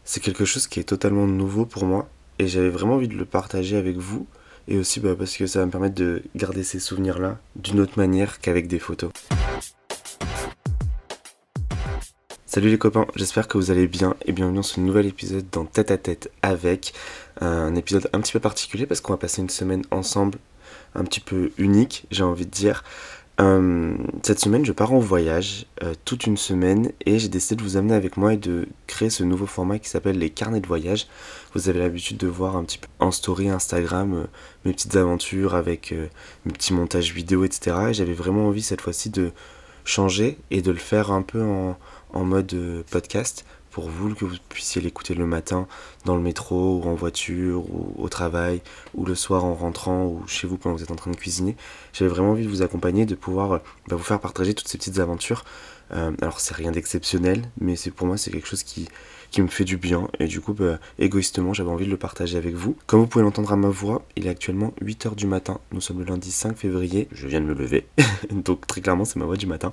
C'est quelque chose qui est totalement nouveau pour moi et j'avais vraiment envie de le partager avec vous et aussi parce que ça va me permettre de garder ces souvenirs-là d'une autre manière qu'avec des photos. Salut les copains, j'espère que vous allez bien et bienvenue dans ce nouvel épisode dans Tête à Tête avec un épisode un petit peu particulier parce qu'on va passer une semaine ensemble un petit peu unique, j'ai envie de dire. Cette semaine, je pars en voyage toute une semaine et j'ai décidé de vous amener avec moi et de créer ce nouveau format qui s'appelle les carnets de voyage. Vous avez l'habitude de voir un petit peu en story Instagram mes petites aventures avec mes petits montages vidéo, etc. Et j'avais vraiment envie cette fois-ci de changer et de le faire un peu en mode podcast pour vous, que vous puissiez l'écouter le matin dans le métro ou en voiture ou au travail ou le soir en rentrant ou chez vous pendant que vous êtes en train de cuisiner. J'avais vraiment envie de vous accompagner, de pouvoir vous faire partager toutes ces petites aventures. Alors c'est rien d'exceptionnel, mais pour moi c'est quelque chose qui me fait du bien et du coup égoïstement j'avais envie de le partager avec vous. Comme vous pouvez l'entendre à ma voix, il est actuellement 8h du matin, nous sommes le lundi 5 février, je viens de me lever, donc très clairement c'est ma voix du matin.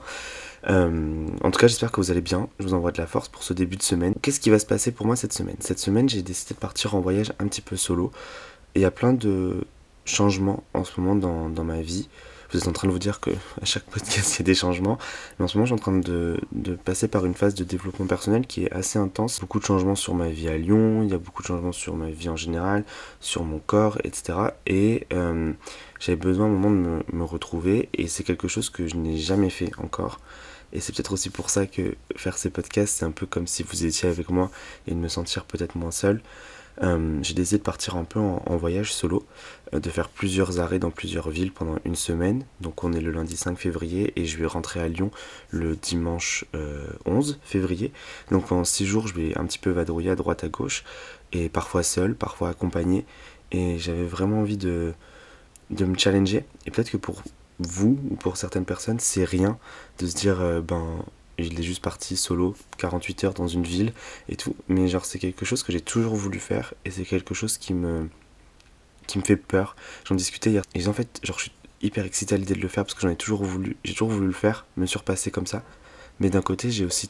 En tout cas j'espère que vous allez bien, je vous envoie de la force pour ce début de semaine. Qu'est-ce qui va se passer pour moi cette semaine ? Cette semaine j'ai décidé de partir en voyage un petit peu solo et il y a plein de changements en ce moment dans ma vie. Vous êtes en train de vous dire que à chaque podcast il y a des changements, mais en ce moment je suis en train de passer par une phase de développement personnel qui est assez intense. Beaucoup de changements sur ma vie à Lyon, il y a beaucoup de changements sur ma vie en général, sur mon corps, etc. Et j'avais besoin à un moment de me retrouver et c'est quelque chose que je n'ai jamais fait encore. Et c'est peut-être aussi pour ça que faire ces podcasts, c'est un peu comme si vous étiez avec moi et de me sentir peut-être moins seul. J'ai décidé de partir un peu en voyage solo, de faire plusieurs arrêts dans plusieurs villes pendant une semaine. Donc on est le lundi 5 février et je vais rentrer à Lyon le dimanche 11 février. Donc pendant 6 jours, je vais un petit peu vadrouiller à droite à gauche, et parfois seul, parfois accompagné. Et j'avais vraiment envie de me challenger. Et peut-être que pour vous ou pour certaines personnes, c'est rien de se dire il est juste parti solo 48 heures dans une ville et tout, mais genre c'est quelque chose que j'ai toujours voulu faire et c'est quelque chose qui me fait peur. J'en discutais hier et en fait genre je suis hyper excité à l'idée de le faire parce que j'ai toujours voulu le faire, me surpasser comme ça, mais d'un côté j'ai aussi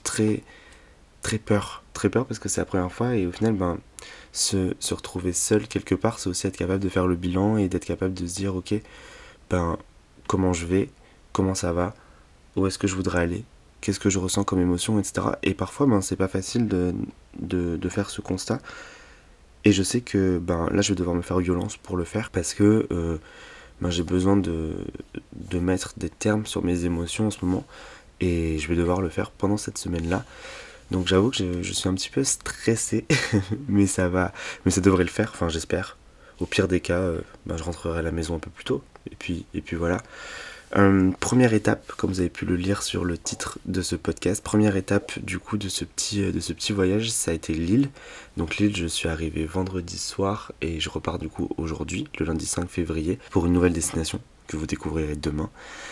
très peur parce que c'est la première fois et au final se retrouver seul quelque part, c'est aussi être capable de faire le bilan et d'être capable de se dire ok, comment je vais, comment ça va, où est-ce que je voudrais aller, qu'est-ce que je ressens comme émotion, etc. Et parfois, c'est pas facile de faire ce constat. Et je sais que là, je vais devoir me faire violence pour le faire parce que j'ai besoin de mettre des termes sur mes émotions en ce moment. Et je vais devoir le faire pendant cette semaine-là. Donc j'avoue que je suis un petit peu stressé, mais ça va, mais ça devrait le faire, enfin j'espère. Au pire des cas, je rentrerai à la maison un peu plus tôt. Et puis voilà. Première étape, comme vous avez pu le lire sur le titre de ce podcast, première étape du coup de ce petit voyage, ça a été Lille. Donc Lille, je suis arrivé vendredi soir et je repars du coup aujourd'hui, le lundi 5 février, pour une nouvelle destination que vous découvrirez demain.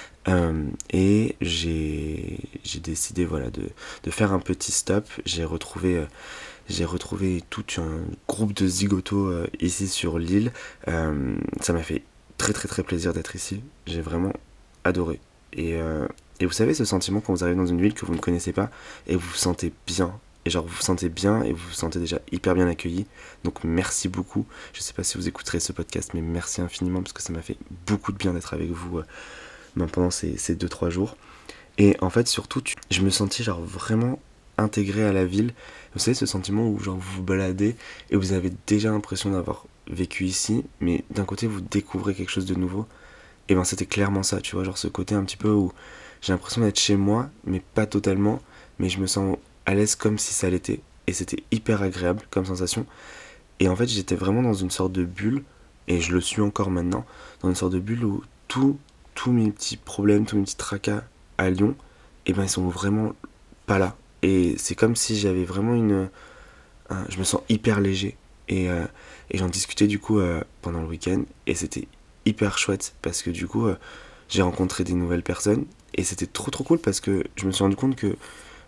Et j'ai décidé de faire un petit stop. J'ai retrouvé tout un groupe de zigotos ici sur l'île. Ça m'a fait très très très plaisir d'être ici. J'ai vraiment adoré. Et vous savez ce sentiment quand vous arrivez dans une ville que vous ne connaissez pas et vous vous sentez bien. Et genre vous vous sentez bien et vous vous sentez déjà hyper bien accueilli. Donc merci beaucoup. Je sais pas si vous écouterez ce podcast, mais merci infiniment parce que ça m'a fait beaucoup de bien d'être avec vous pendant ces 2-3 jours. Et en fait surtout je me sentis genre vraiment intégré à la ville. Vous savez ce sentiment où genre vous vous baladez et vous avez déjà l'impression d'avoir vécu ici, mais d'un côté vous découvrez quelque chose de nouveau. Et c'était clairement ça, tu vois, genre ce côté un petit peu où j'ai l'impression d'être chez moi, mais pas totalement, mais je me sens à l'aise comme si ça l'était. Et c'était hyper agréable comme sensation. Et en fait j'étais vraiment dans une sorte de bulle, et je le suis encore maintenant, dans une sorte de bulle où tous mes petits problèmes, tous mes petits tracas à Lyon, ils sont vraiment pas là. Et c'est comme si j'avais vraiment je me sens hyper léger. Et j'en discutais du coup pendant le week-end. Et c'était hyper chouette parce que du coup j'ai rencontré des nouvelles personnes. Et c'était trop trop cool parce que je me suis rendu compte que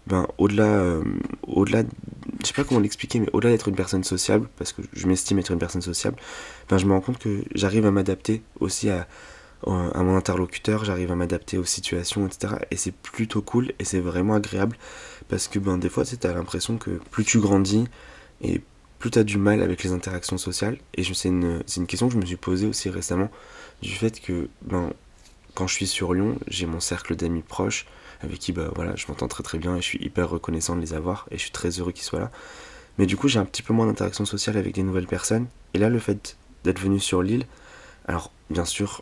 au-delà, je sais pas comment l'expliquer, mais au-delà d'être une personne sociable, parce que je m'estime être une personne sociable, je me rends compte que j'arrive à m'adapter aussi à mon interlocuteur, j'arrive à m'adapter aux situations, etc. Et c'est plutôt cool et c'est vraiment agréable parce que des fois tu as l'impression que plus tu grandis et plus t'as du mal avec les interactions sociales. Et c'est une question que je me suis posée aussi récemment, du fait que quand je suis sur Lyon, j'ai mon cercle d'amis proches avec qui je m'entends très très bien et je suis hyper reconnaissant de les avoir et je suis très heureux qu'ils soient là. Mais du coup, j'ai un petit peu moins d'interaction sociale avec des nouvelles personnes. Et là, le fait d'être venu sur l'île, alors bien sûr,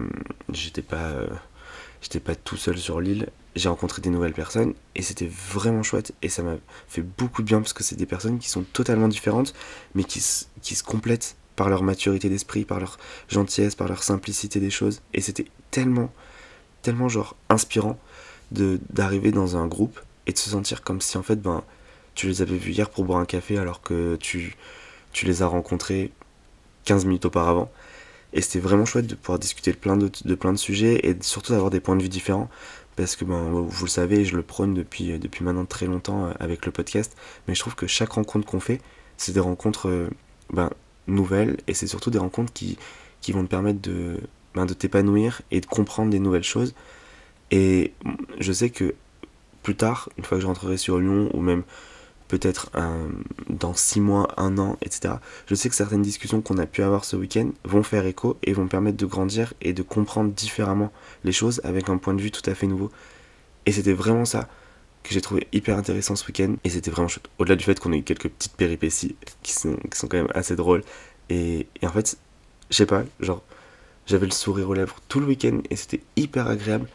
j'étais pas tout seul sur l'île. J'ai rencontré des nouvelles personnes et c'était vraiment chouette et ça m'a fait beaucoup de bien parce que c'est des personnes qui sont totalement différentes mais qui se complètent par leur maturité d'esprit, par leur gentillesse, par leur simplicité des choses. Et c'était tellement, tellement genre inspirant d'arriver dans un groupe et de se sentir comme si en fait tu les avais vus hier pour boire un café alors que tu les as rencontrés 15 minutes auparavant. Et c'était vraiment chouette de pouvoir discuter de plein de sujets et surtout d'avoir des points de vue différents. Parce que vous le savez, je le prône depuis maintenant très longtemps avec le podcast. Mais je trouve que chaque rencontre qu'on fait, c'est des rencontres nouvelles. Et c'est surtout des rencontres qui vont te permettre de t'épanouir et de comprendre des nouvelles choses. Et je sais que plus tard, une fois que je rentrerai sur Lyon, ou même peut-être dans 6 mois, 1 an, etc. Je sais que certaines discussions qu'on a pu avoir ce week-end vont faire écho et vont permettre de grandir et de comprendre différemment les choses avec un point de vue tout à fait nouveau. Et c'était vraiment ça que j'ai trouvé hyper intéressant ce week-end et c'était vraiment chouette. Au-delà du fait qu'on ait eu quelques petites péripéties qui sont quand même assez drôles. Et en fait, je sais pas, genre, j'avais le sourire aux lèvres tout le week-end et c'était hyper agréable.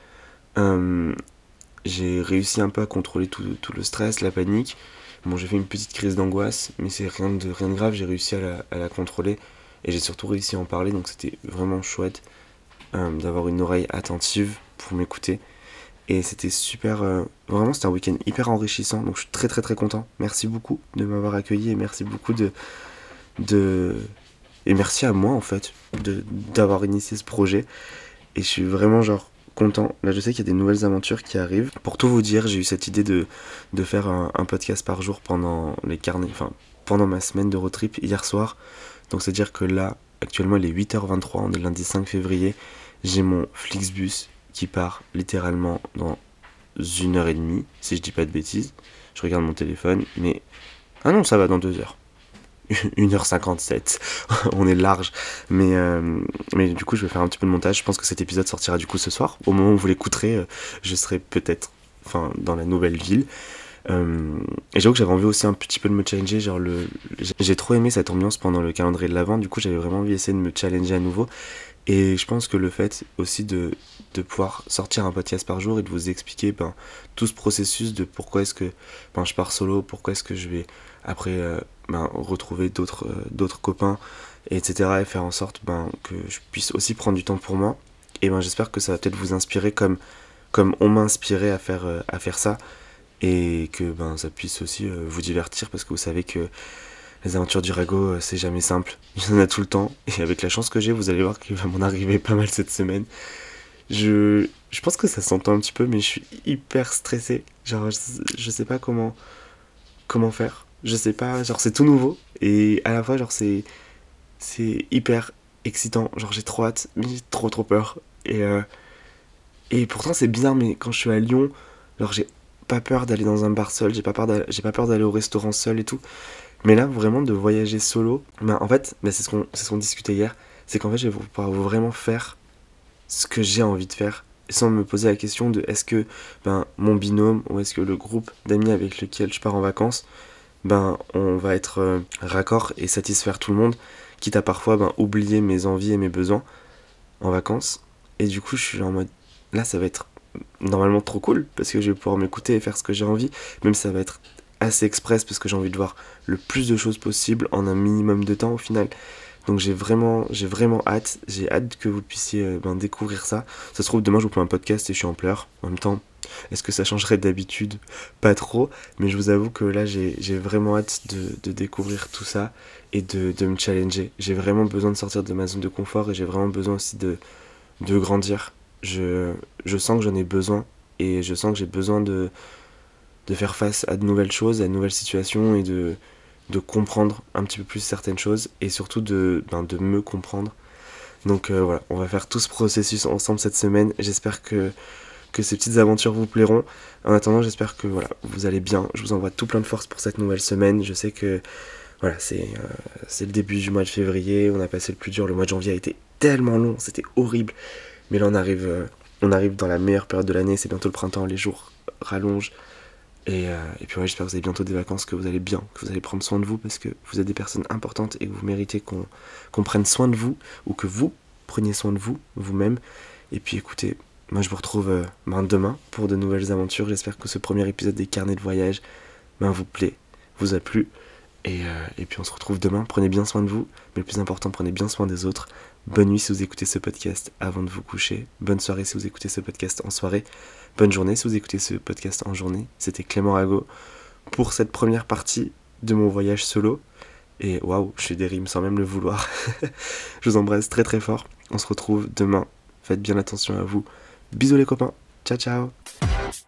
J'ai réussi un peu à contrôler tout le stress, la panique. Bon, j'ai fait une petite crise d'angoisse, mais c'est rien de grave, j'ai réussi à la contrôler et j'ai surtout réussi à en parler, donc c'était vraiment chouette d'avoir une oreille attentive pour m'écouter. Et c'était super, vraiment c'était un week-end hyper enrichissant, donc je suis très très très content. Merci beaucoup de m'avoir accueilli et merci beaucoup et merci à moi en fait d'avoir initié ce projet. Et je suis vraiment genre content. Là, je sais qu'il y a des nouvelles aventures qui arrivent. Pour tout vous dire, j'ai eu cette idée de faire un podcast par jour pendant pendant ma semaine de road trip hier soir. Donc, c'est-à-dire que là, actuellement, il est 8h23, on est le lundi 5 février. J'ai mon Flixbus qui part littéralement dans 1h30, si je dis pas de bêtises. Je regarde mon téléphone, mais... Ah non, ça va dans 2 heures. 1h57, on est large. Mais du coup, je vais faire un petit peu de montage. Je pense que cet épisode sortira du coup ce soir. Au moment où vous l'écouterez, je serai peut-être dans la nouvelle ville. Et j'avoue que j'avais envie aussi un petit peu de me challenger. J'ai trop aimé cette ambiance pendant le calendrier de l'Avent. Du coup, j'avais vraiment envie d'essayer de me challenger à nouveau. Et je pense que le fait aussi de pouvoir sortir un podcast par jour et de vous expliquer tout ce processus de pourquoi est-ce que je pars solo, pourquoi est-ce que je vais après retrouver d'autres copains, etc. et faire en sorte que je puisse aussi prendre du temps pour moi. Et j'espère que ça va peut-être vous inspirer comme on m'a inspiré à faire ça et que ça puisse aussi vous divertir parce que vous savez que les aventures du ragot, c'est jamais simple. Il y en a tout le temps. Et avec la chance que j'ai, vous allez voir qu'il va m'en arriver pas mal cette semaine. Je pense que ça s'entend un petit peu, mais je suis hyper stressé. Genre, je sais pas comment faire. Je sais pas, genre c'est tout nouveau. Et à la fois, genre c'est hyper excitant. Genre j'ai trop hâte, mais j'ai trop peur. Et pourtant c'est bizarre, mais quand je suis à Lyon, genre j'ai pas peur d'aller dans un bar seul, j'ai pas peur d'aller au restaurant seul et tout. Mais là, vraiment, de voyager solo, en fait, c'est ce qu'on discutait hier, c'est qu'en fait, je vais pouvoir vraiment faire ce que j'ai envie de faire, sans me poser la question de est-ce que mon binôme ou est-ce que le groupe d'amis avec lequel je pars en vacances, on va être raccord et satisfaire tout le monde, quitte à parfois oublier mes envies et mes besoins en vacances. Et du coup, je suis en mode, là, ça va être normalement trop cool, parce que je vais pouvoir m'écouter et faire ce que j'ai envie, même si ça va être assez express parce que j'ai envie de voir le plus de choses possible en un minimum de temps au final. Donc j'ai vraiment hâte, j'ai hâte que vous puissiez découvrir ça. Ça se trouve demain je vous fais un podcast et je suis en pleurs. En même temps, est-ce que ça changerait d'habitude? Pas trop, mais je vous avoue que là j'ai vraiment hâte de découvrir tout ça et de me challenger. J'ai vraiment besoin de sortir de ma zone de confort et j'ai vraiment besoin aussi de grandir. Je sens que j'en ai besoin et je sens que j'ai besoin de faire face à de nouvelles choses, à de nouvelles situations et de comprendre un petit peu plus certaines choses et surtout de me comprendre. Donc voilà, on va faire tout ce processus ensemble cette semaine. J'espère que ces petites aventures vous plairont. En attendant, j'espère que vous allez bien. Je vous envoie tout plein de force pour cette nouvelle semaine. Je sais que Voilà, c'est le début du mois de février, on a passé le plus dur, le mois de janvier a été tellement long, c'était horrible. Mais là on arrive dans la meilleure période de l'année, c'est bientôt le printemps, les jours rallongent. Et puis ouais, j'espère que vous avez bientôt des vacances, que vous allez bien, que vous allez prendre soin de vous, parce que vous êtes des personnes importantes et que vous méritez qu'on prenne soin de vous, ou que vous preniez soin de vous, vous-même. Et puis écoutez, moi je vous retrouve demain pour de nouvelles aventures. J'espère que ce premier épisode des carnets de voyage vous plaît, vous a plu. Et puis on se retrouve demain, prenez bien soin de vous, mais le plus important, prenez bien soin des autres. Bonne nuit si vous écoutez ce podcast avant de vous coucher, bonne soirée si vous écoutez ce podcast en soirée, bonne journée si vous écoutez ce podcast en journée. C'était Clément Rago pour cette première partie de mon voyage solo. Et waouh, je fais des rimes sans même le vouloir. Je vous embrasse très très fort, on se retrouve demain, faites bien attention à vous. Bisous les copains, ciao ciao.